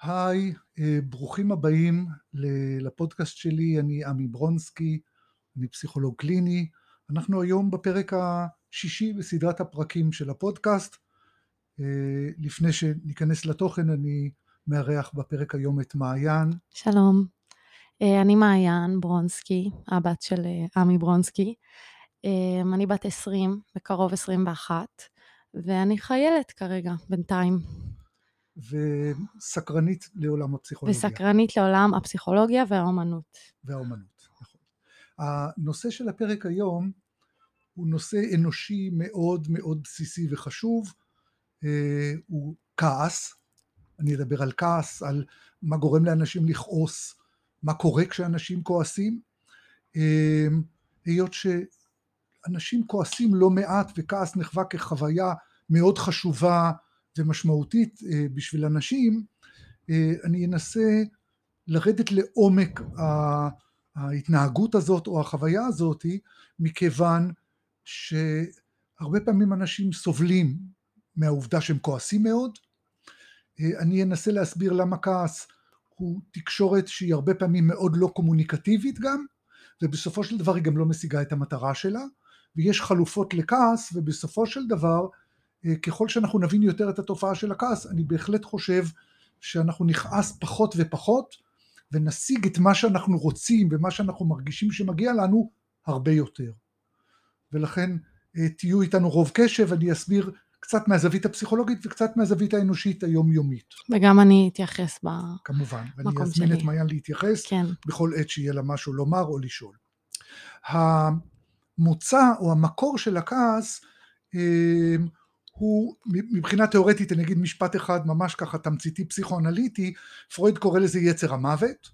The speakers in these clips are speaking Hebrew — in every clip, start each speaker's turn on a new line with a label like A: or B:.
A: היי, ברוכים הבאים לפודקאסט שלי. אני עמי ברונסקי, אני פסיכולוג קליני. אנחנו היום בפרק השישי בסדרת הפרקים של הפודקאסט. לפני שניכנס לתוכן, אני מארח בפרק היום את מעיין.
B: שלום, אני מעיין ברונסקי, הבת של עמי ברונסקי. אני בת 20, בקרוב 21, ואני חיילת כרגע, בינתיים.
A: וסקרנית לעולם הפסיכולוגיה.
B: וסקרנית לעולם הפסיכולוגיה והאומנות.
A: והאומנות, נכון. הנושא של הפרק היום הוא נושא אנושי מאוד מאוד בסיסי וחשוב. הוא כעס. אני אדבר על כעס, על מה גורם לאנשים לכעוס, מה קורה כשאנשים כועסים. היות שאנשים כועסים לא מעט, וכעס נחווה כחוויה מאוד חשובה ומשמעותית בשביל אנשים, אני אנסה לרדת לעומק ההתנהגות הזאת או החוויה הזאת, מכיוון שהרבה פעמים אנשים סובלים מהעובדה שהם כועסים מאוד. אני אנסה להסביר למה כעס הוא תקשורת שהיא הרבה פעמים מאוד לא קומוניקטיבית גם, ובסופו של דבר היא גם לא משיגה את המטרה שלה, ויש חלופות לכעס, ובסופו של דבר, ככל שאנחנו נבין יותר את התופעה של הכעס, אני בהחלט חושב שאנחנו נכעס פחות ופחות, ונשיג את מה שאנחנו רוצים, ומה שאנחנו מרגישים שמגיע לנו, הרבה יותר. ולכן תהיו איתנו רוב קשב, אני אסביר קצת מהזווית הפסיכולוגית וקצת מהזווית האנושית היומיומית.
B: וגם אני אתייחס במקום שלי.
A: כמובן, ואני אזמין את מעיין להתייחס בכל עת שיהיה לה משהו לומר או לשאול. המוצא או המקור של הכעס הוא מבחינה תיאורטית, אני אגיד משפט אחד ממש ככה תמציתי פסיכואנליטי, פרויד קורא לזה יצר המוות.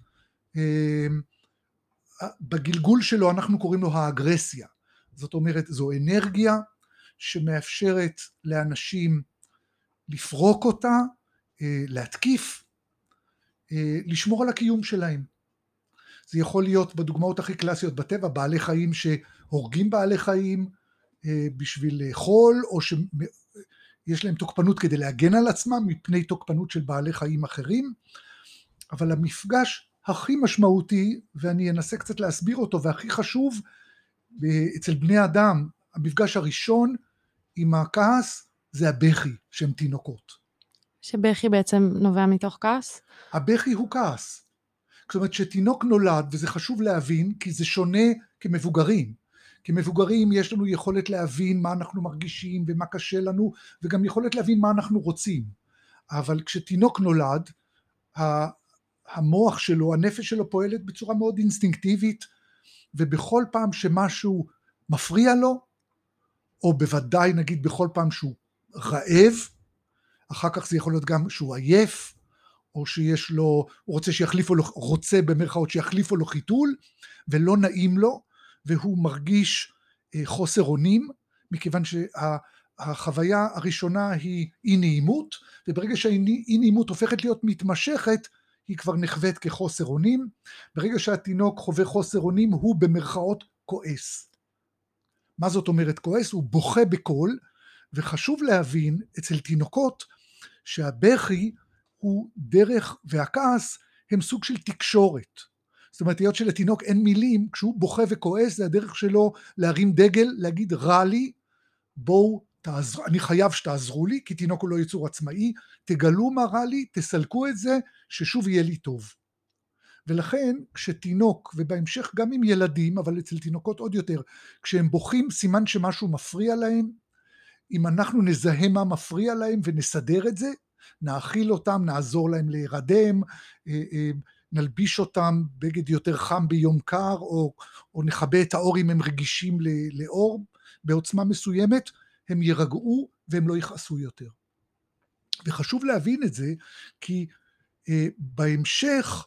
A: בגלגול שלו אנחנו קוראים לו האגרסיה. זאת אומרת, זו אנרגיה שמאפשרת לאנשים לפרוק אותה, להתקיף, לשמור על הקיום שלהם. זה יכול להיות בדוגמאות הכי קלאסיות בטבע, בעלי חיים שהורגים בעלי חיים בשביל לאכול, או שיש להם תוקפנות כדי להגן על עצמם מפני תוקפנות של בעלי חיים אחרים. אבל המפגש הכי משמעותי, ואני אנסה קצת להסביר אותו, והכי חשוב אצל בני אדם, המפגש הראשון עם הכעס זה הבכי, שהם תינוקות.
B: שבכי בעצם נובע מתוך כעס?
A: הבכי הוא כעס. זאת אומרת שתינוק נולד, וזה חשוב להבין, כי זה שונה כמבוגרים. כמבוגרים יש לנו יכולת להבין מה אנחנו מרגישים ומה קשה לנו, וגם יכולת להבין מה אנחנו רוצים. אבל כשתינוק נולד, המוח שלו, הנפש שלו פועלת בצורה מאוד אינסטינקטיבית, ובכל פעם שמשהו מפריע לו, או בוודאי נגיד בכל פעם שהוא רעב, אחר כך זה יכול להיות גם שהוא עייף, או שיש לו, הוא רוצה שיחליפו לו, רוצה במרכאות שיחליפו לו חיתול, ולא נעים לו, והוא מרגיש חוסר אונים, מכיוון שהחוויה הראשונה היא אי נעימות, וברגע שהאי נעימות הופכת להיות מתמשכת, היא כבר נחוות כחוסר אונים. ברגע שהתינוק חווה חוסר אונים, הוא במרכאות כועס. מה זאת אומרת כועס? הוא בוכה בקול, וחשוב להבין אצל תינוקות שהבכי הוא דרך, והכעס הם סוג של תקשורת. זאת אומרת, היות שלתינוק אין מילים, כשהוא בוכה וכועס, זה הדרך שלו להרים דגל, להגיד רע לי, בואו תעזרו, אני חייב שתעזרו לי, כי תינוק הוא לא יצור עצמאי, תגלו מה רע לי, תסלקו את זה, ששוב יהיה לי טוב. ולכן כשתינוק, ובהמשך גם עם ילדים, אבל אצל תינוקות עוד יותר, כשהם בוכים סימן שמשהו מפריע להם, אם אנחנו נזהה מה מפריע להם ונסדר את זה, נאכיל אותם, נעזור להם להירדם, נלביש אותם בגד יותר חם ביום קר, או נכבה את האור אם הם רגישים לאור בעוצמה מסוימת, הם ירגעו והם לא יכעסו יותר. וחשוב להבין את זה, כי בהמשך,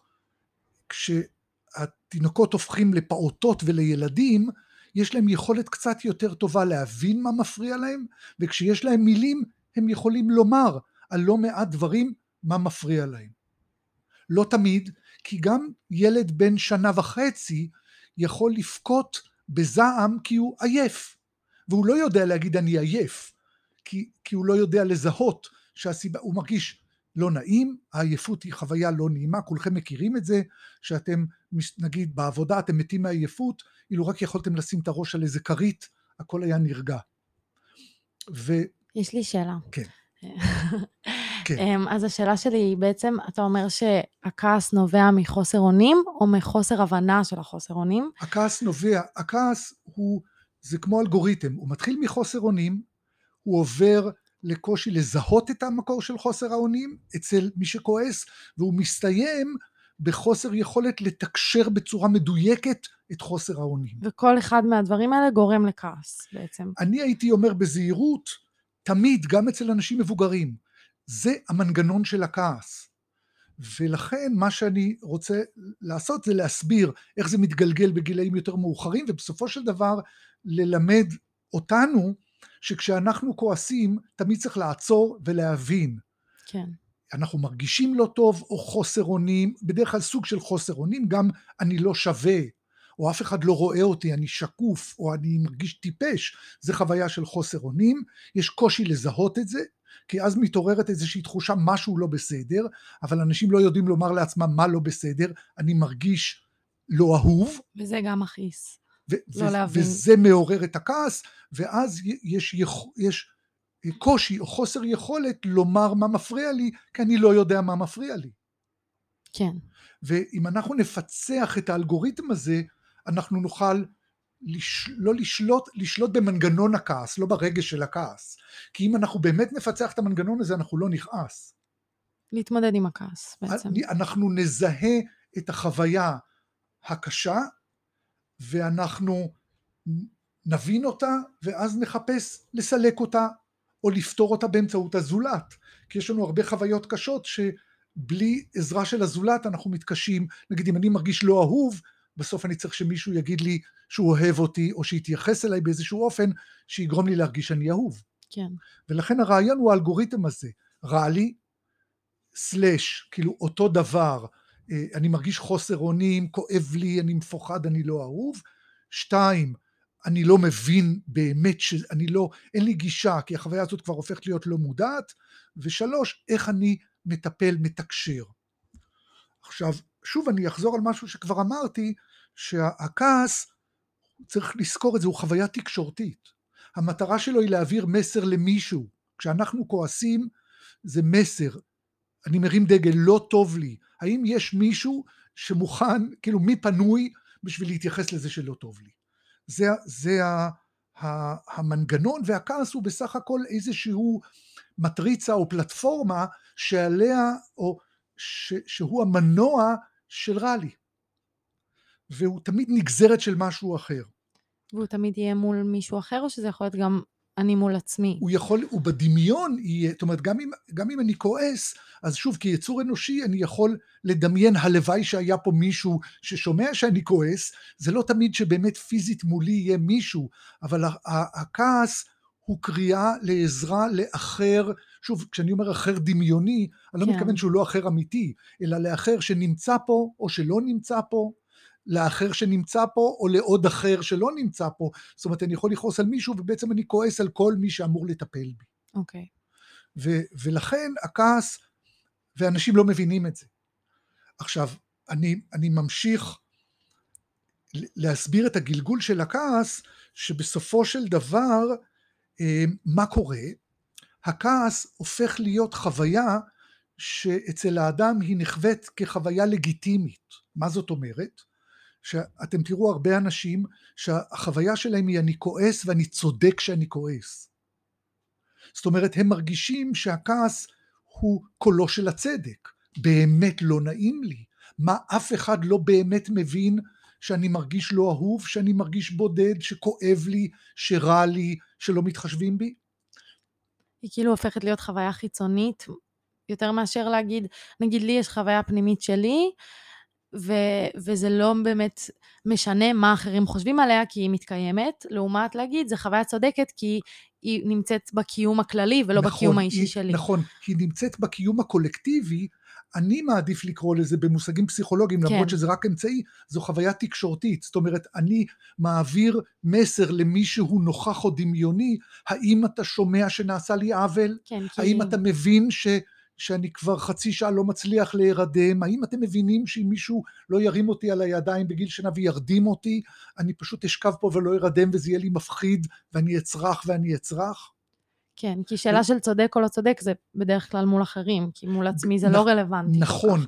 A: כשהתינוקות הופכים לפעוטות ולילדים, יש להם יכולת קצת יותר טובה להבין מה מפריע להם, וכשיש להם מילים, הם יכולים לומר על לא מעט דברים מה מפריע להם. לא תמיד, כי גם ילד בן 1.5 שנה יכול לפקוט בזעם כי הוא עייף, והוא לא יודע להגיד אני עייף, כי הוא לא יודע לזהות שהסיבה, הוא מרגיש לא נעים, העייפות היא חוויה לא נעימה, כולכם מכירים את זה, שאתם, נגיד בעבודה אתם מתים מעייפות, אילו רק יכולתם לשים את הראש על איזה כרית, הכל היה נרגע.
B: יש לי שאלה.
A: כן. כן.
B: אז השאלה שלי היא בעצם, אתה אומר שהכעס נובע מחוסר אונים, או מחוסר הבנה של החוסר אונים?
A: הכעס זה כמו אלגוריתם, הוא מתחיל מחוסר אונים, הוא עובר לקושי לזהות את המקור של חוסר האונים אצל מי שכועס, והוא מסתיים בחוסר יכולת לתקשר בצורה מדויקת את חוסר האונים.
B: וכל אחד מהדברים האלה גורם לכעס בעצם.
A: אני הייתי אומר בזהירות, תמיד, גם אצל אנשים מבוגרים, זה המנגנון של הכעס. ולכן מה שאני רוצה לעשות זה להסביר איך זה מתגלגל בגילאים יותר מאוחרים, ובסופו של דבר ללמד אותנו שכשאנחנו כועסים תמיד צריך לעצור ולהבין.
B: כן.
A: אנחנו מרגישים לא טוב או חוסר אונים, בדרך כלל סוג של חוסר אונים, גם אני לא שווה, או אף אחד לא רואה אותי, אני שקוף, או אני מרגיש טיפש, זה חוויה של חוסר אונים, יש קושי לזהות את זה, כי אז מתעוררת איזושהי תחושה משהו לא בסדר, אבל אנשים לא יודעים לומר לעצמם מה לא בסדר, אני מרגיש לא אהוב.
B: וזה גם מכעיס, לא להבין.
A: וזה מעורר את הכעס, ואז יש קושי או חוסר יכולת לומר מה מפריע לי, כי אני לא יודע מה מפריע לי.
B: כן.
A: ואם אנחנו נפצח את האלגוריתם הזה, אנחנו נוכל לא לשלוט במנגנון הכעס, לא ברגש של הכעס. כי אם אנחנו באמת נפצח את המנגנון הזה, אנחנו לא נכעס.
B: להתמודד עם הכעס בעצם.
A: אנחנו נזהה את החוויה הקשה, ואנחנו נבין אותה, ואז נחפש לסלק אותה, או לפתור אותה באמצעות הזולת. כי יש לנו הרבה חוויות קשות, שבלי עזרה של הזולת אנחנו מתקשים. נגיד, אם אני מרגיש לא אהוב, בסוף אני צריך שמישהו יגיד לי שהוא אוהב אותי, או שיתייחס אליי באיזשהו אופן, שיגרום לי להרגיש שאני אהוב.
B: כן.
A: ולכן הרעיון הוא האלגוריתם הזה. רע לי, סלש, כאילו אותו דבר, אני מרגיש חוסר אונים, כואב לי, אני מפוחד, אני לא אהוב. 2, אני לא מבין באמת, אין לי גישה, כי החוויה הזאת כבר הופכת להיות לא מודעת. ו3, איך אני מטפל, מתקשר. עכשיו, שוב אני אחזור על משהו שכבר אמרתי, שהכעס, צריך לזכור את זה, הוא חוויה תקשורתית. המטרה שלו היא להעביר מסר למישהו. כשאנחנו כועסים, זה מסר. אני מרים דגל, לא טוב לי. האם יש מישהו שמוכן, כאילו מי פנוי בשביל להתייחס לזה שלא טוב לי? זה המנגנון, והכעס הוא בסך הכל איזשהו מטריצה או פלטפורמה שעליה, או שהוא המנוע של רע לי. והוא תמיד נגזרת של משהו אחר.
B: והוא תמיד יהיה מול מישהו אחר, או שזה יכול להיות גם אני מול עצמי? הוא
A: בדמיון יהיה, זאת אומרת, גם אם אני כועס, אז שוב, כיצור אנושי, אני יכול לדמיין הלוואי שהיה פה מישהו ששומע שאני כועס, זה לא תמיד שבאמת פיזית מולי יהיה מישהו, אבל הכעס הוא קריאה לעזרה לאחר, שוב, כשאני אומר אחר דמיוני, אני לא מתכוון שהוא לא אחר אמיתי, אלא לאחר שנמצא פה או שלא נמצא פה, לאחר שנמצא פה, או לעוד אחר שלא נמצא פה. זאת אומרת, אני יכול לכעוס על מישהו, ובעצם אני כועס על כל מי שאמור לטפל בי.
B: אוקיי.
A: ולכן הכעס, ואנשים לא מבינים את זה. עכשיו, אני ממשיך להסביר את הגלגול של הכעס, שבסופו של דבר, מה קורה? הכעס הופך להיות חוויה, שאצל האדם היא נחוות כחוויה לגיטימית. מה זאת אומרת? שאתם תראו הרבה אנשים שהחוויה שלהם היא אני כועס ואני צודק שאני כועס. זאת אומרת, הם מרגישים שהכעס הוא קולו של הצדק. באמת לא נעים לי. מה, אף אחד לא באמת מבין שאני מרגיש לא אהוב, שאני מרגיש בודד, שכואב לי, שרע לי, שלא מתחשבים בי?
B: היא כאילו הופכת להיות חוויה חיצונית, יותר מאשר להגיד, נגיד לי יש חוויה פנימית שלי, וזה לא באמת משנה מה אחרים חושבים עליה, כי היא מתקיימת, לעומת להגיד, זה חוויה צודקת, כי היא נמצאת בקיום הכללי, ולא בקיום האישי שלי.
A: נכון, היא נמצאת בקיום הקולקטיבי, אני מעדיף לקרוא לזה במושגים פסיכולוגיים, למרות שזה רק אמצעי, זו חוויה תקשורתית, זאת אומרת, אני מעביר מסר למישהו נוכח או דמיוני, האם אתה שומע שנעשה לי עוול? האם אתה מבין שאני כבר חצי שעה לא מצליח להירדם? האם אתם מבינים שאם מישהו לא ירים אותי על הידיים בגיל שנה וירדים אותי, אני פשוט אשכב פה ולא ארדם וזה יהיה לי מפחיד ואני אצרח ואני אצרח?
B: כן, כי שאלה של צודק או לא צודק זה בדרך כלל מול אחרים, כי מול עצמי זה לא רלוונטי.
A: נכון,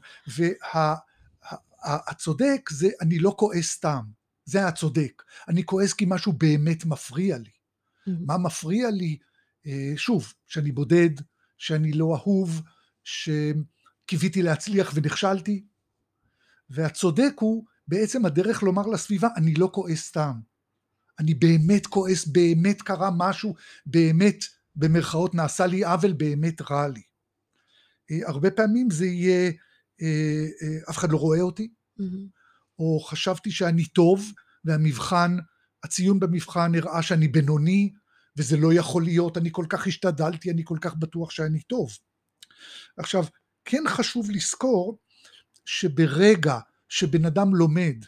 A: והצודק זה אני לא כועס סתם, זה הצודק. אני כועס כי משהו באמת מפריע לי. מה מפריע לי? שוב, שאני בודד, שאני לא אהוב, שקיוויתי להצליח ונכשלתי, והצודק הוא בעצם הדרך לומר לסביבה, אני לא כועס סתם, אני באמת כועס, באמת קרה משהו, באמת במרכאות נעשה לי עוול, באמת רע לי. הרבה פעמים זה יהיה, אף אחד לא רואה אותי, או חשבתי שאני טוב, והמבחן, הציון במבחן הראה שאני בינוני, וזה לא יכול להיות, אני כל כך השתדלתי, אני כל כך בטוח שאני טוב. עכשיו, כן חשוב לזכור, שברגע שבן אדם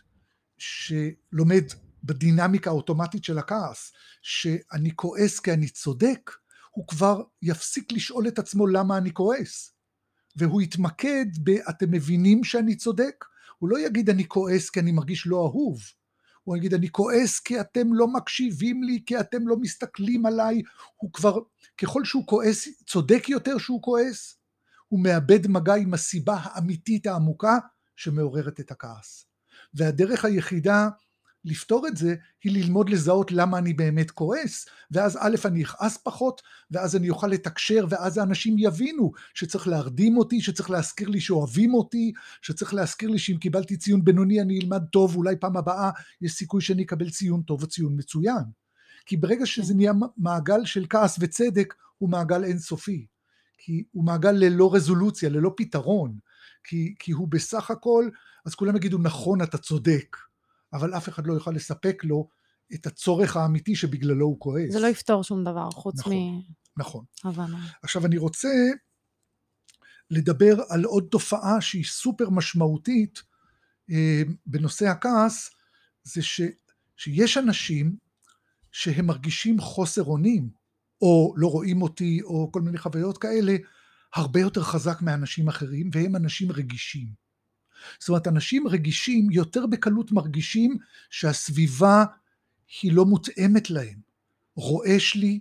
A: שלומד בדינמיקה האוטומטית של הכעס, שאני כועס כי אני צודק, הוא כבר יפסיק לשאול את עצמו למה אני כועס. והוא יתמקד אתם מבינים שאני צודק? הוא לא יגיד אני כועס כי אני מרגיש לא אהוב. הוא יגיד אני כועס כי אתם לא מקשיבים לי, כי אתם לא מסתכלים עליי. הוא כבר, ככל שהוא כועס, צודק יותר שהוא כועס, הוא מאבד מגע עם הסיבה האמיתית העמוקה שמעוררת את הכעס. והדרך היחידה לפתור את זה היא ללמוד לזהות למה אני באמת כועס, ואז א' אני אכעס פחות, ואז אני אוכל לתקשר, ואז האנשים יבינו שצריך להרדים אותי, שצריך להזכיר לי שאוהבים אותי, שצריך להזכיר לי שאם קיבלתי ציון בינוני אני אלמד טוב, אולי פעם הבאה יש סיכוי שאני אקבל ציון טוב וציון מצוין. כי ברגע שזה נהיה מעגל של כעס וצדק, הוא מעגל אינסופי. כי הוא מעגל ללא רזולוציה, ללא פתרון, כי הוא בסך הכל, אז כולם יגידו נכון אתה צודק, אבל אף אחד לא יוכל לספק לו את הצורך האמיתי שבגללו הוא כועס.
B: זה לא יפתור שום דבר חוץ
A: נכון.
B: מהבנה.
A: עכשיו אני רוצה לדבר על עוד תופעה שהיא סופר משמעותית בנושא הכעס, זה שיש אנשים שהם מרגישים חוסר אונים, או לא רואים אותי, או כל מיני חוויות כאלה, הרבה יותר חזק מאנשים אחרים, והם אנשים רגישים. זאת אומרת, אנשים רגישים יותר בקלות מרגישים שהסביבה היא לא מותאמת להם. רועש לי,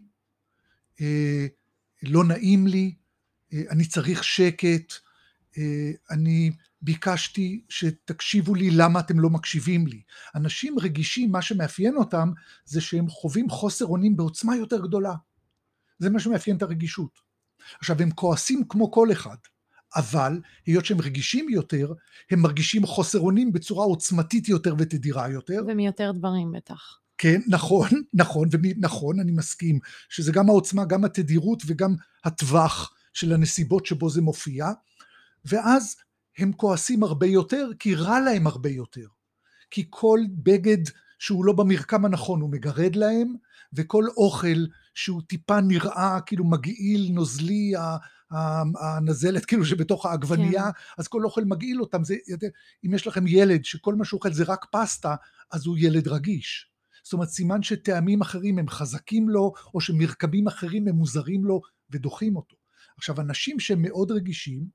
A: לא נעים לי, אני צריך שקט, אני ביקשתי שתקשיבו לי למה אתם לא מקשיבים לי. אנשים רגישים, מה שמאפיין אותם, זה שהם חווים חוסר אונים בעוצמה יותר גדולה. זה מה שמאפיין את הרגישות. עכשיו, הם כועסים כמו כל אחד, אבל היות שהם רגישים יותר, הם מרגישים חוסר אונים בצורה עוצמתית יותר ותדירה יותר.
B: ומיותר דברים בטח.
A: כן, נכון, אני מסכים, שזה גם העוצמה, גם התדירות וגם הטווח של הנסיבות שבו זה מופיע, ואז הם כועסים הרבה יותר, כי רע להם הרבה יותר. כי כל בגד שהוא לא במרקם הנכון הוא מגרד להם, וכל אוכל שהוא טיפה נראה כאילו מגעיל, נוזלי, הנזלת כאילו שבתוך העגבנייה, כן. אז כל אוכל מגעיל אותם. זה, אם יש לכם ילד שכל מה שהוא אוכל זה רק פסטה, אז הוא ילד רגיש. זאת אומרת, סימן שטעמים אחרים הם חזקים לו, או שמרקמים אחרים הם מוזרים לו ודוחים אותו. עכשיו, אנשים שהם מאוד רגישים,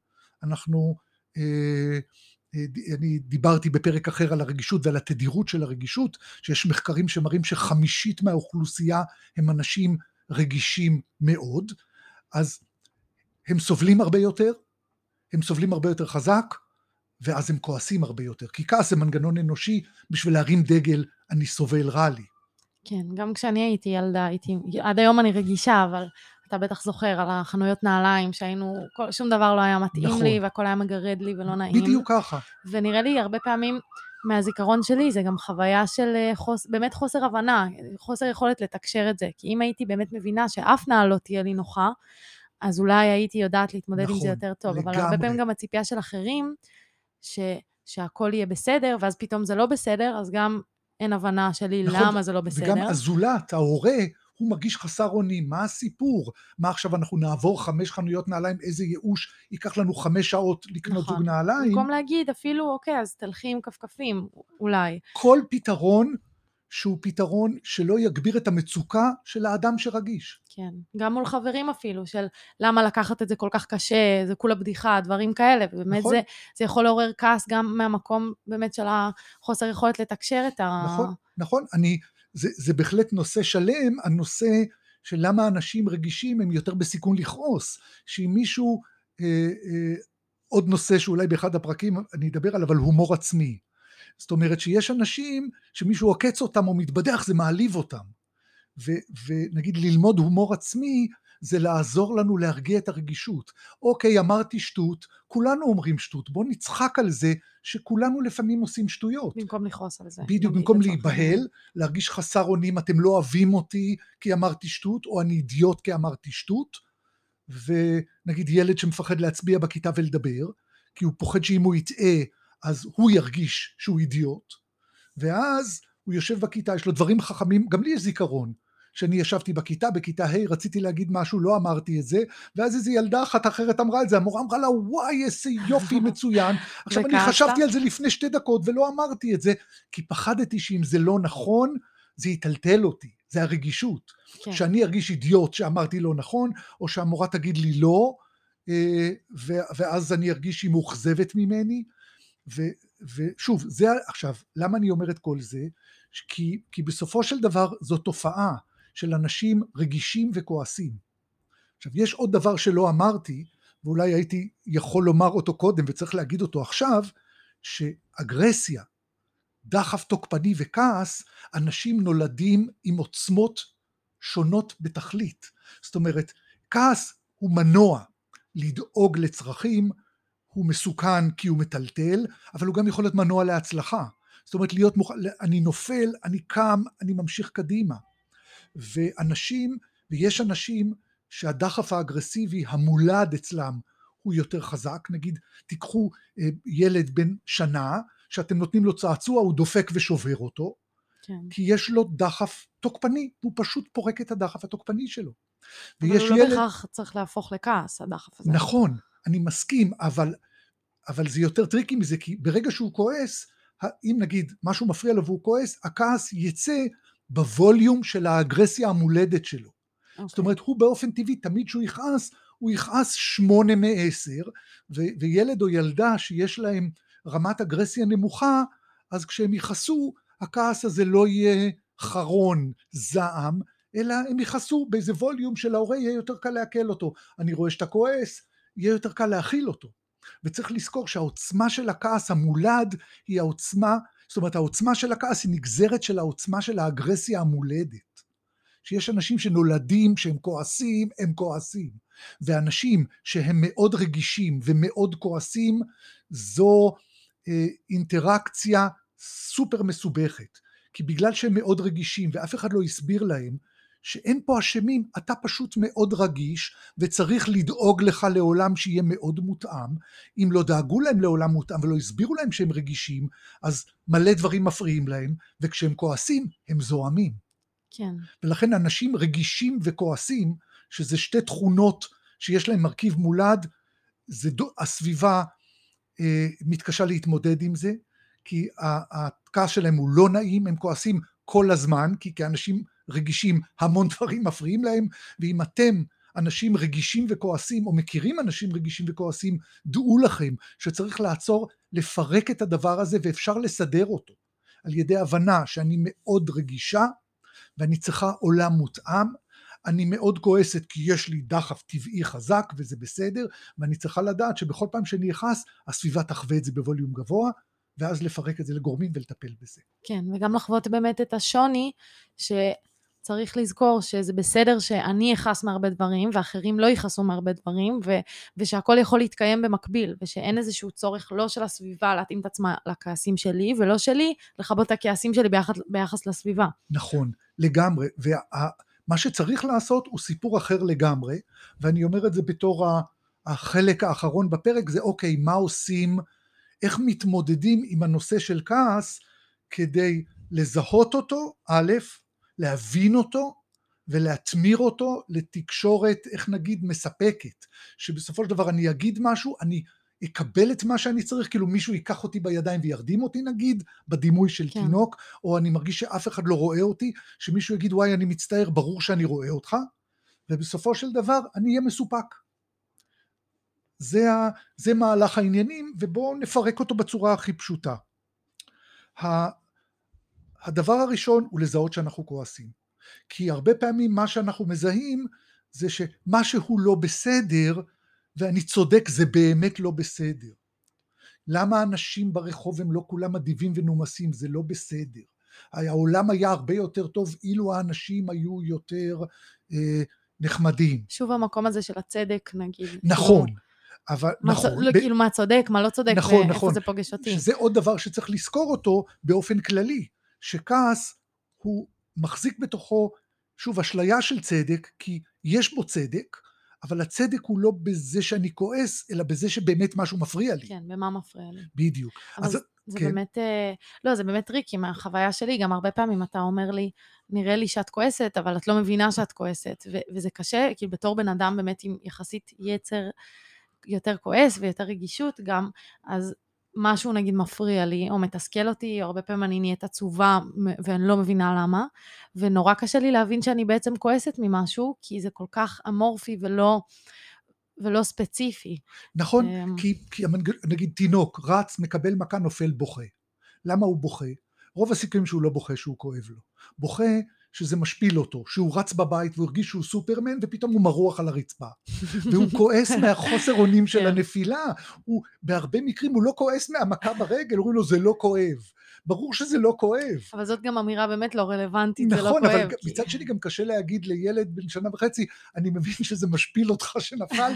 A: אני דיברתי בפרק אחר על הרגישות ועל התדירות של הרגישות, שיש מחקרים שמראים ש50% מהאוכלוסייה הם אנשים רגישים מאוד, אז הם סובלים הרבה יותר, הם סובלים הרבה יותר חזק, ואז הם כועסים הרבה יותר, כי כעס זה מנגנון אנושי בשביל להרים דגל, אני סובל רע לי.
B: כן, גם כשאני הייתי ילדה, עד היום אני רגישה, אבל אתה בטח זוכר על החנויות נעליים, שום דבר לא היה מתאים נכון. לי, והכל היה מגרד לי ולא נעים.
A: בדיוק ככה.
B: ונראה לי הרבה פעמים מהזיכרון שלי, זה גם חוויה של באמת חוסר הבנה, חוסר יכולת לתקשר את זה, כי אם הייתי באמת מבינה שאף נעל לא תהיה לי נוחה, אז אולי הייתי יודעת להתמודד נכון, עם זה יותר טוב, לגמרי. אבל הרבה פעמים גם הציפייה של אחרים, שהכל יהיה בסדר, ואז פתאום זה לא בסדר, אז גם אין הבנה שלי נכון, למה זה לא בסדר.
A: וגם הזולת, ההורה, הוא מרגיש חסר אונים, מה הסיפור? מה עכשיו אנחנו נעבור 5 חנויות נעליים, איזה ייאוש, ייקח לנו 5 שעות לקנות נכון. זוג נעליים.
B: במקום להגיד אפילו, אוקיי, אז תלכי עם כפכפים, אולי.
A: כל פתרון שהוא פתרון שלא יגביר את המצוקה של האדם שרגיש.
B: כן, גם מול חברים אפילו, של למה לקחת את זה כל כך קשה, זה כולה בדיחה, דברים כאלה, ובאמת
A: נכון,
B: זה יכול לעורר כעס גם מהמקום באמת של החוסר יכולת לתקשר את
A: נכון, נכון. זה בהחלט נושא שלם, הנושא של למה אנשים רגישים הם יותר בסיכון לכעוס, שאם מישהו, עוד נושא שאולי באחד הפרקים אני אדבר עליו, על הומור עצמי. זאת אומרת שיש אנשים שמישהו עוקץ אותם או מתבדח, זה מעליב אותם. ונגיד ללמוד הומור עצמי, זה לעזור לנו להרגיע את הרגישות. אוקיי, אמרתי שטות, כולנו אומרים שטות, בוא נצחק על זה שכולנו לפעמים עושים שטויות.
B: במקום לכעוס על זה.
A: בדיוק, במקום להיבהל, להרגיש חסר אונים, אתם לא אוהבים אותי כי אמרתי שטות, או אני אידיוט כי אמרתי שטות, ונגיד ילד שמפחד להצביע בכיתה ולדבר, כי הוא פוחד שאם הוא יטעה, אז הוא ירגיש שהוא אידיוט, ואז הוא יושב בכיתה, יש לו דברים חכמים, גם לי יש זיכרון, שאני ישבתי בכיתה ה' רציתי להגיד משהו, לא אמרתי את זה, ואז איזו ילדה אחת אחרת אמרה את זה, המורה אמרה לה, וואי, איזה יופי מצוין, עכשיו אני חשבתי על זה לפני 2 דקות, ולא אמרתי את זה, כי פחדתי שאם זה לא נכון, זה יטלטל אותי, זה הרגישות,
B: כן.
A: שאני ארגיש אידיוט שאמרתי לא נכון, או שהמורה תגיד לי לא, ואז אני ארגיש שהיא מאוכזבת ממני, ושוב, זה עכשיו, למה אני אומר את כל זה? כי בסופו של דבר זו תופעה של אנשים רגישים וכועסים. עכשיו, יש עוד דבר שלא אמרתי, ואולי הייתי יכול לומר אותו קודם וצריך להגיד אותו עכשיו, שאגרסיה, דחף תוקפני וכעס, אנשים נולדים עם עוצמות שונות בתכלית. זאת אומרת, כעס הוא מנוע לדאוג לצרכים, הוא מסוכן כי הוא מטלטל, אבל הוא גם יכול להיות מנוע להצלחה. זאת אומרת, אני נופל, אני קם, אני ממשיך קדימה. ויש אנשים שהדחף האגרסיבי המולד אצלם הוא יותר חזק. נגיד, תיקחו ילד בן שנה, שאתם נותנים לו צעצוע, הוא דופק ושובר אותו,
B: כן.
A: כי יש לו דחף תוקפני, הוא פשוט פורק את הדחף התוקפני שלו.
B: אבל הוא לא בהכרח צריך להפוך לכעס, הדחף הזה.
A: נכון, אני מסכים, אבל זה יותר טריקי מזה, כי ברגע שהוא כועס, אם נגיד משהו מפריע לו והוא כועס, הכעס יצא בווליום של האגרסיה המולדת שלו. Okay. זאת אומרת, הוא באופן טבעי, תמיד שהוא יכעס, הוא יכעס 8 מ-10, וילד או ילדה שיש להם רמת אגרסיה נמוכה, אז כשהם יכעסו, הכעס הזה לא יהיה חרון, זעם, אלא הם יכעסו באיזה ווליום של ההורה, יהיה יותר קל להקל אותו. אני רואה שאתה כועס, יהיה יותר קל להכיל אותו. וצריך לזכור שהעוצמה של הכעס המולד היא העוצמה, זאת אומרת העוצמה של הכעס היא נגזרת של העוצמה של האגרסיה המולדת. שיש אנשים שנולדים, שהם כועסים, הם כועסים. ואנשים שהם מאוד רגישים ומאוד כועסים, זו אינטראקציה סופר מסובכת. כי בגלל שהם מאוד רגישים ואף אחד לא הסביר להם, שאין פה אשמים, אתה פשוט מאוד רגיש, וצריך לדאוג לך לעולם שיהיה מאוד מותאם. אם לא דאגו להם לעולם מותאם, ולא הסבירו להם שהם רגישים, אז מלא דברים מפריעים להם, וכשהם כועסים, הם זוהמים.
B: כן.
A: ולכן אנשים רגישים וכועסים, שזה 2 תכונות שיש להם מרכיב מולד, הסביבה מתקשה להתמודד עם זה, כי הכעס שלהם הוא לא נעים, הם כועסים כל הזמן, כי כאנשים רגישים המון דברים מפריעים להם, ואם אתם אנשים רגישים וכועסים, או מכירים אנשים רגישים וכועסים, דעו לכם שצריך לעצור, לפרק את הדבר הזה, ואפשר לסדר אותו, על ידי הבנה שאני מאוד רגישה, ואני צריכה עולם מותאם, אני מאוד כועסת כי יש לי דחף טבעי חזק, וזה בסדר, ואני צריכה לדעת שבכל פעם שאני אכעס, הסביבה תחווה את זה בווליום גבוה, ואז לפרק את זה לגורמים ולטפל בזה.
B: כן, וגם לחוות באמת את השוני, שצריך לזכור שזה בסדר שאני אכעס מהרבה דברים, ואחרים לא יכעסו מהרבה דברים, ושהכל יכול להתקיים במקביל, ושאין איזשהו צורך לא של הסביבה להתאים את עצמה לכעסים שלי, ולא שלי לכבות את הכעסים שלי ביחס לסביבה.
A: נכון, לגמרי, ומה שצריך לעשות הוא סיפור אחר לגמרי, ואני אומר את זה בתור החלק האחרון בפרק, זה אוקיי, מה עושים, איך מתמודדים עם הנושא של כעס, כדי לזהות אותו, א', להבין אותו, ולהתמיר אותו לתקשורת, איך נגיד, מספקת, שבסופו של דבר אני אגיד משהו, אני אקבל את מה שאני צריך, כאילו מישהו ייקח אותי בידיים וירדים אותי נגיד, בדימוי של
B: כן.
A: תינוק, או אני מרגיש שאף אחד לא רואה אותי, שמישהו יגיד וואי אני מצטער, ברור שאני רואה אותך, ובסופו של דבר אני אהיה מסופק. זה מהלך העניינים, ובואו נפרק אותו בצורה הכי פשוטה. הדבר הראשון הוא לזהות שאנחנו כועסים, כי הרבה פעמים מה שאנחנו מזהים זה שמשהו לא בסדר, ואני צודק, זה באמת לא בסדר. למה אנשים ברחוב הם לא כולם אדיבים ונומסים? זה לא בסדר. העולם היה הרבה יותר טוב אילו האנשים היו יותר נחמדים.
B: שוב המקום הזה של הצדק נגיד.
A: נכון. אבל נכון.
B: לא, כאילו מה צודק, מה לא צודק,
A: נכון,
B: ואיפה
A: נכון.
B: זה פוגש אותי.
A: שזה עוד דבר שצריך לזכור אותו באופן כללי, שכעס הוא מחזיק בתוכו, שוב, אשליה של צדק, כי יש בו צדק, אבל הצדק הוא לא בזה שאני כועס, אלא בזה שבאמת משהו מפריע לי.
B: כן, במה מפריע לי.
A: בדיוק.
B: אבל זה באמת, לא, זה באמת טריקי, מהחוויה שלי, גם הרבה פעמים אתה אומר לי, נראה לי שאת כועסת, אבל את לא מבינה שאת כועסת, וזה קשה, כי בתור בן אדם באמת עם יחסית יצר יותר כועס ויותר רגישות גם, אז משהו נגיד מפריע לי, או מתסכל אותי, או הרבה פעמים אני נהיית עצובה, ואני לא מבינה למה, ונורא קשה לי להבין שאני בעצם כועסת ממשהו, כי זה כל כך אמורפי ולא ספציפי.
A: נכון, כי נגיד תינוק רץ, מקבל מכה, נופל, בוכה. למה הוא בוכה? רוב הסיכויים שהוא לא בוכה, שהוא כואב לו. בוכה שזה משפיל אותו, שהוא רץ בבית והוא הרגיש שהוא סופרמן, ופתאום הוא מרוח על הרצפה. והוא כועס מהחוסר אונים של הנפילה. בהרבה מקרים הוא לא כועס מהמכה ברגל, אומרים לו זה לא כואב. ברור שזה לא כואב.
B: אבל זאת גם אמירה באמת לא רלוונטית,
A: נכון,
B: זה לא כואב.
A: נכון, אבל מצד שני גם קשה להגיד לילד בן 1.5 שנה, אני מבין שזה משפיל אותך שנפלת,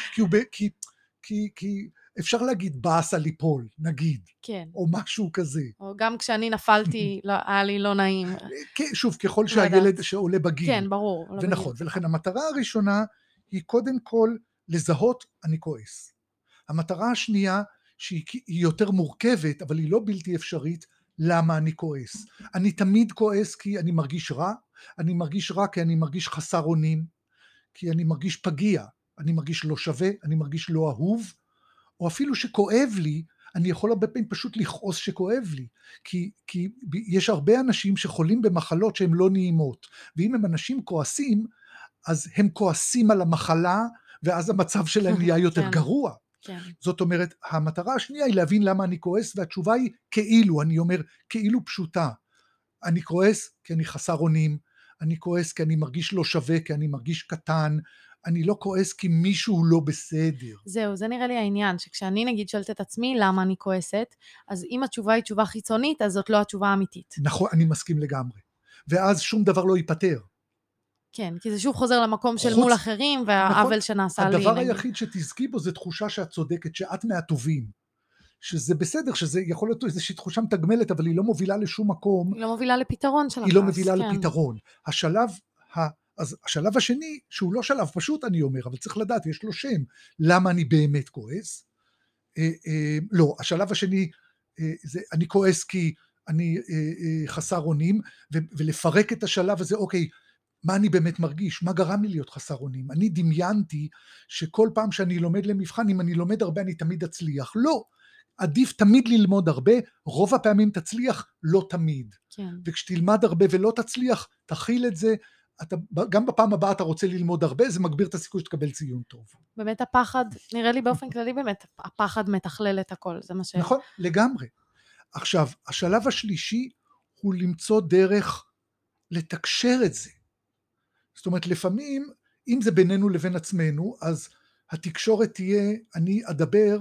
A: כי אפשר להגיד באסה ליפול, נגיד,
B: כן.
A: או משהו כזה.
B: או גם כשאני נפלתי, היה לי לא נעים.
A: שוב, ככל שהילד שעולה בגיל.
B: כן, ברור.
A: ונכון, ולכן המטרה הראשונה היא קודם כל לזהות אני כועס. המטרה השנייה, שהיא יותר מורכבת, אבל היא לא בלתי אפשרית, למה אני כועס. אני תמיד כועס כי אני מרגיש רע, אני מרגיש רע כי אני מרגיש חסר אונים, כי אני מרגיש פגיע, אני מרגיש לא שווה, אני מרגיש לא אהוב, או אפילו שכואב לי, אני יכול הרבה פעמים פשוט לכעוס שכואב לי, כי יש הרבה אנשים שחולים במחלות שהן לא נעימות, ואם הם אנשים כועסים, אז הם כועסים על המחלה, ואז המצב שלהם נהיה יותר גרוע.
B: כן.
A: זאת אומרת, המטרה השנייה היא להבין למה אני כועס, והתשובה היא כאילו, אני אומר, כאילו פשוטה. אני כועס כי אני חסר אונים, אני כועס כי אני מרגיש לא שווה, כי אני מרגיש קטן, אני לא כועס כי מישהו לא בסדר.
B: זהו, זה נראה לי העניין, שכשאני נגיד שואלת את עצמי למה אני כועסת, אז אם התשובה היא תשובה חיצונית, אז זאת לא התשובה האמיתית.
A: נכון, אני מסכים לגמרי. ואז שום דבר לא ייפטר.
B: כן, כי זה שוב חוזר למקום של מול אחרים, והעוול שנעשה לי.
A: הדבר היחיד שתזכי בו זה תחושה שאת צודקת, שאת מהטובים. שזה בסדר, שזה יכול להיות איזושהי תחושה מתגמלת, אבל היא לא מובילה לשום מקום.
B: היא לא מובילה לפתרון של הכעס.
A: היא לא מובילה לפתרון. אז השלב השני, שהוא לא שלב פשוט אני אומר, אבל צריך לדעת, יש לו שם, למה אני באמת כועס? לא, השלב השני, אני כועס כי אני חסר אונים, ולפרק את השלב הזה, אוקיי, מה אני באמת מרגיש? מה גרם לי להיות חסר אונים? אני דמיינתי שכל פעם שאני לומד למבחן, אם אני לומד הרבה אני תמיד אצליח. לא, עדיף תמיד ללמוד הרבה, רוב הפעמים תצליח, לא תמיד.
B: כן.
A: וכשתלמד הרבה ולא תצליח, תכיל את זה, גם בפעם הבאה אתה רוצה ללמוד הרבה, זה מגביר את הסיכוי שתקבל ציון טוב.
B: באמת הפחד, נראה לי באופן כללי באמת, הפחד מתכלל את הכל, זה מה ש...
A: נכון, לגמרי. עכשיו, השלב השלישי הוא למצוא דרך לתקשר את זה. זאת אומרת, לפעמים, אם זה בינינו לבין עצמנו, אז התקשורת תהיה, אני אדבר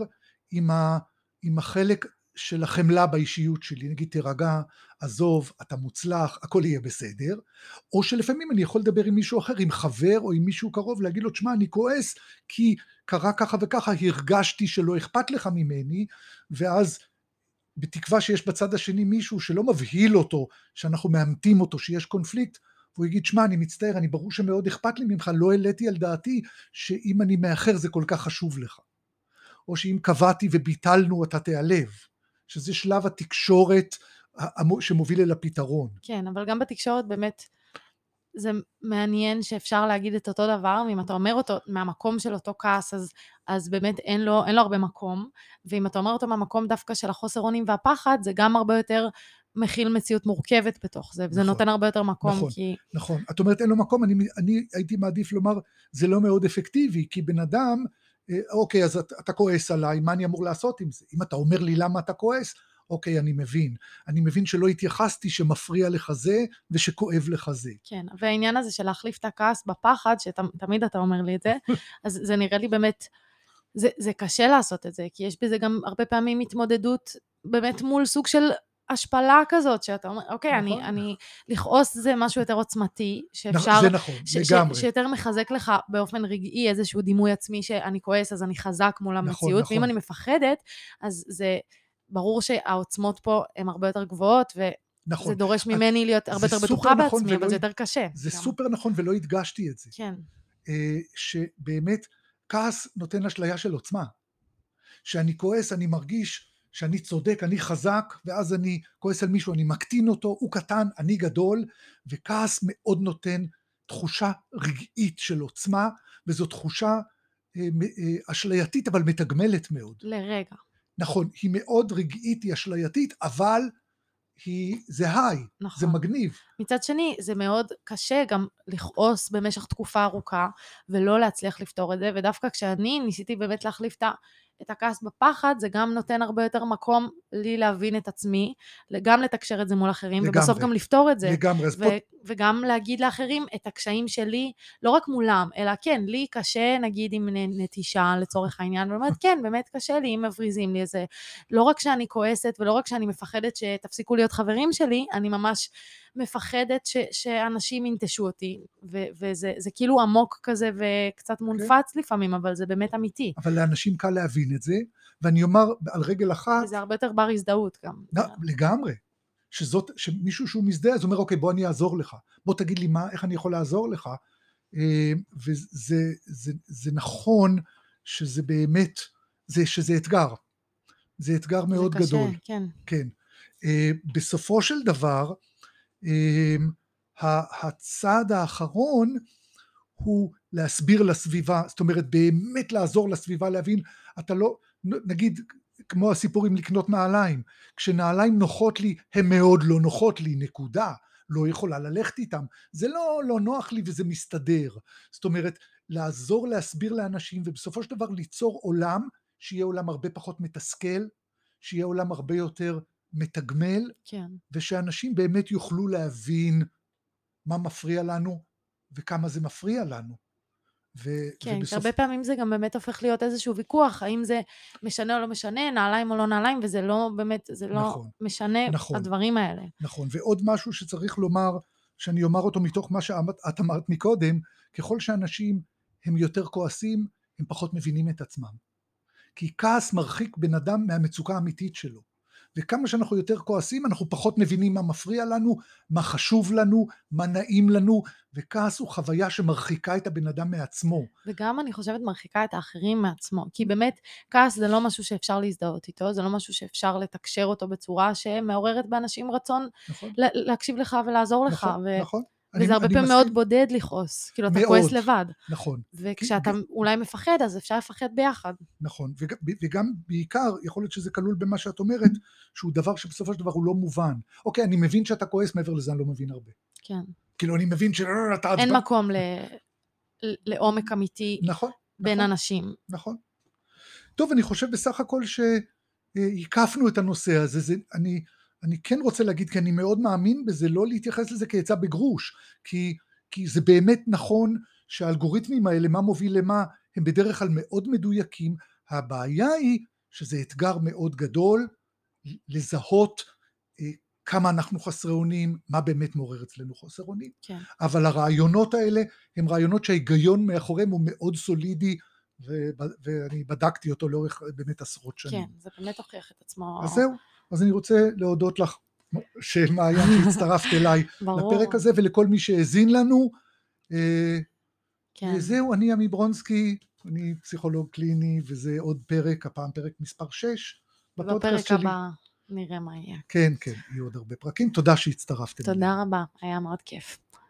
A: עם החלק של החמלה באישיות שלי, נגיד תירגע, עזוב, אתה מוצלח, הכל יהיה בסדר, או שלפעמים אני יכול לדבר עם מישהו אחר, עם חבר או עם מישהו קרוב, להגיד לו, תשמע, אני כועס, כי קרה ככה וככה, הרגשתי שלא אכפת לך ממני, ואז בתקווה שיש בצד השני מישהו שלא מבהיל אותו, שאנחנו מאמתים אותו, שיש קונפליקט, והוא יגיד, שמע, אני מצטער, אני ברור שמאוד אכפת לי ממך, לא העליתי על דעתי, שאם אני מאחר זה כל כך חשוב לך. או שאם קבעתי וביטלנו אתה תיעלב, שזה שלב התקשורת שמוביל אל הפתרון.
B: כן, אבל גם בתקשורת באמת, זה מעניין שאפשר להגיד את אותו דבר, ואם אתה אומר אותו מהמקום של אותו כעס, אז באמת אין לו הרבה מקום, ואם אתה אומר אותו מהמקום דווקא של החוסר אונים והפחד, זה גם הרבה יותר מכיל מציאות מורכבת בתוך זה, וזה
A: נכון,
B: נותן הרבה יותר מקום,
A: נכון,
B: כי...
A: נכון. את אומרת אין לו מקום, אני הייתי מעדיף לומר, זה לא מאוד אפקטיבי, כי בן אדם, אוקיי, אז אתה כועס עליי, מה אני אמור לעשות עם זה? אם אתה אומר לי למה אתה כועס, אוקיי, אני מבין שלא התייחסתי שמפריע לך זה, ושכואב לך זה.
B: כן, והעניין הזה של להחליף את הכעס בפחד, שתמיד אתה אומר לי את זה, אז זה נראה לי באמת, זה קשה לעשות את זה, כי יש בזה גם הרבה פעמים התמודדות באמת מול סוג של השפלה כזאת, שאתה אומר, אוקיי,
A: נכון.
B: אני לכעוס זה משהו יותר עוצמתי, שאפשר,
A: זה נכון, לגמרי.
B: שיותר מחזק לך באופן רגעי איזשהו דימוי עצמי שאני כועס, אז אני חזק מול המציאות,
A: נכון.
B: ואם אני מפחדת, אז זה ברור שהעוצמות פה הן הרבה יותר גבוהות,
A: נכון.
B: זה דורש ממני להיות הרבה יותר בטוחה בעצמי, אבל זה יותר קשה.
A: זה סופר נכון, ולא הדגשתי את זה.
B: כן.
A: שבאמת כעס נותן אשליה של עוצמה. שאני כועס, אני מרגיש שאני צודק, אני חזק, ואז אני כועס על מישהו, אני מקטין אותו, הוא קטן, אני גדול, וכעס מאוד נותן תחושה רגעית של עוצמה, וזו תחושה אשלייתית, אבל מתגמלת מאוד.
B: לרגע.
A: נכון, היא מאוד רגעית, היא אשלייתית, אבל זה היי,
B: נכון.
A: זה מגניב.
B: מצד שני, זה מאוד קשה גם לכעוס במשך תקופה ארוכה, ולא להצליח לפתור את זה, ודווקא כשאני ניסיתי באמת להחליף את הכעס בפחד, זה גם נותן הרבה יותר מקום לי להבין את עצמי, גם לתקשר את זה מול אחרים,
A: לגמרי,
B: ובסוף גם לפתור את זה.
A: לגמרי.
B: וגם להגיד לאחרים את הקשיים שלי, לא רק מולם, אלא כן, לי קשה, נגיד עם נטישה לצורך העניין, ואומרת, כן, באמת קשה לי, אם מבריזים לי איזה, לא רק שאני כועסת, ולא רק שאני מפחדת שתפסיקו להיות חברים שלי, אני ממש מפחדת שאנשים ינטשו אותי, וזה כאילו עמוק כזה, וקצת מונפץ לפעמים, אבל זה באמת אמיתי.
A: אבל לאנשים קל להבין את זה, ואני אומר על רגל אחת...
B: וזה הרבה יותר בר הזדהות גם.
A: לגמרי. שמישהו שהוא מזדהה, אז אומר, אוקיי, בוא אני אעזור לך. בוא תגיד לי איך אני יכול לעזור לך. וזה נכון שזה באמת, שזה אתגר. זה אתגר מאוד גדול.
B: זה קשה, כן.
A: כן. בסופו של דבר, הצעד האחרון הוא להסביר לסביבה, זאת אומרת באמת לעזור לסביבה להבין, אתה לא, נגיד כמו הסיפור עם לקנות נעליים, כשנעליים נוחות לי, הן מאוד לא נוחות לי, נקודה, לא יכולה ללכת איתם, זה לא נוח לי וזה מסתדר, זאת אומרת לעזור להסביר לאנשים ובסופו של דבר ליצור עולם, שיהיה עולם הרבה פחות מתסכל, שיהיה עולם הרבה יותר מתגמל,
B: כן.
A: ושאנשים באמת יוכלו להבין מה מפריע לנו וכמה זה מפריע לנו.
B: כן, כי הרבה פעמים זה גם באמת הופך להיות איזשהו ויכוח, האם זה משנה או לא משנה, נעליים או לא נעליים, וזה לא באמת, זה לא משנה הדברים האלה.
A: נכון, ועוד משהו שצריך לומר, שאני אומר אותו מתוך מה שאת אמרת מקודם, ככל שאנשים הם יותר כועסים, הם פחות מבינים את עצמם. כי כעס מרחיק בן אדם מהמצוקה האמיתית שלו. וכמה שאנחנו יותר כועסים, אנחנו פחות מבינים מה מפריע לנו, מה חשוב לנו, מה נעים לנו, וכעס הוא חוויה שמרחיקה את הבן אדם מעצמו.
B: וגם אני חושבת מרחיקה את האחרים מעצמו, כי באמת כעס זה לא משהו שאפשר להזדהות איתו, זה לא משהו שאפשר לתקשר אותו בצורה שמעוררת באנשים רצון להקשיב לך ולעזור לך.
A: נכון.
B: וזה הרבה פעמים מאוד בודד לכעוס, כאילו אתה כועס לבד.
A: נכון.
B: וכשאתה אולי מפחד, אז אפשר לפחד ביחד.
A: נכון, וגם בעיקר, יכול להיות שזה כלול במה שאת אומרת, שהוא דבר שבסופו של דבר הוא לא מובן. אוקיי, אני מבין שאתה כועס, מעבר לזה אני לא מבין הרבה.
B: כן.
A: כאילו אני מבין שאתה...
B: אין מקום לעומק אמיתי בין אנשים.
A: נכון. טוב, אני חושב בסך הכל שהקפנו את הנושא הזה, אני כן רוצה להגיד, כי אני מאוד מאמין בזה, לא להתייחס לזה כעצה בגרוש, כי זה באמת נכון שהאלגוריתמים האלה, מה מוביל למה, הם בדרך כלל מאוד מדויקים, הבעיה היא שזה אתגר מאוד גדול, לזהות כמה אנחנו חסרי אונים, מה באמת מעורר אצלנו חסר אונים,
B: כן.
A: אבל הרעיונות האלה, הם רעיונות שההיגיון מאחוריהם הוא מאוד סולידי, ואני בדקתי אותו לאורך באמת עשרות שנים.
B: כן, זה באמת הוכיח את עצמו.
A: אז זהו. אז אני רוצה להודות לך, מעיין, שהצטרפת אליי לפרק הזה, ולכל מי שהאזין לנו. זהו, אני עמי ברונסקי, אני פסיכולוג קליני, וזה עוד פרק, הפעם פרק מספר 6,
B: בפודקאסט שלי. בפרק הבא נראה מה יהיה.
A: כן, יהיו עוד הרבה פרקים. תודה שהצטרפתם.
B: תודה רבה, היה מאוד כיף.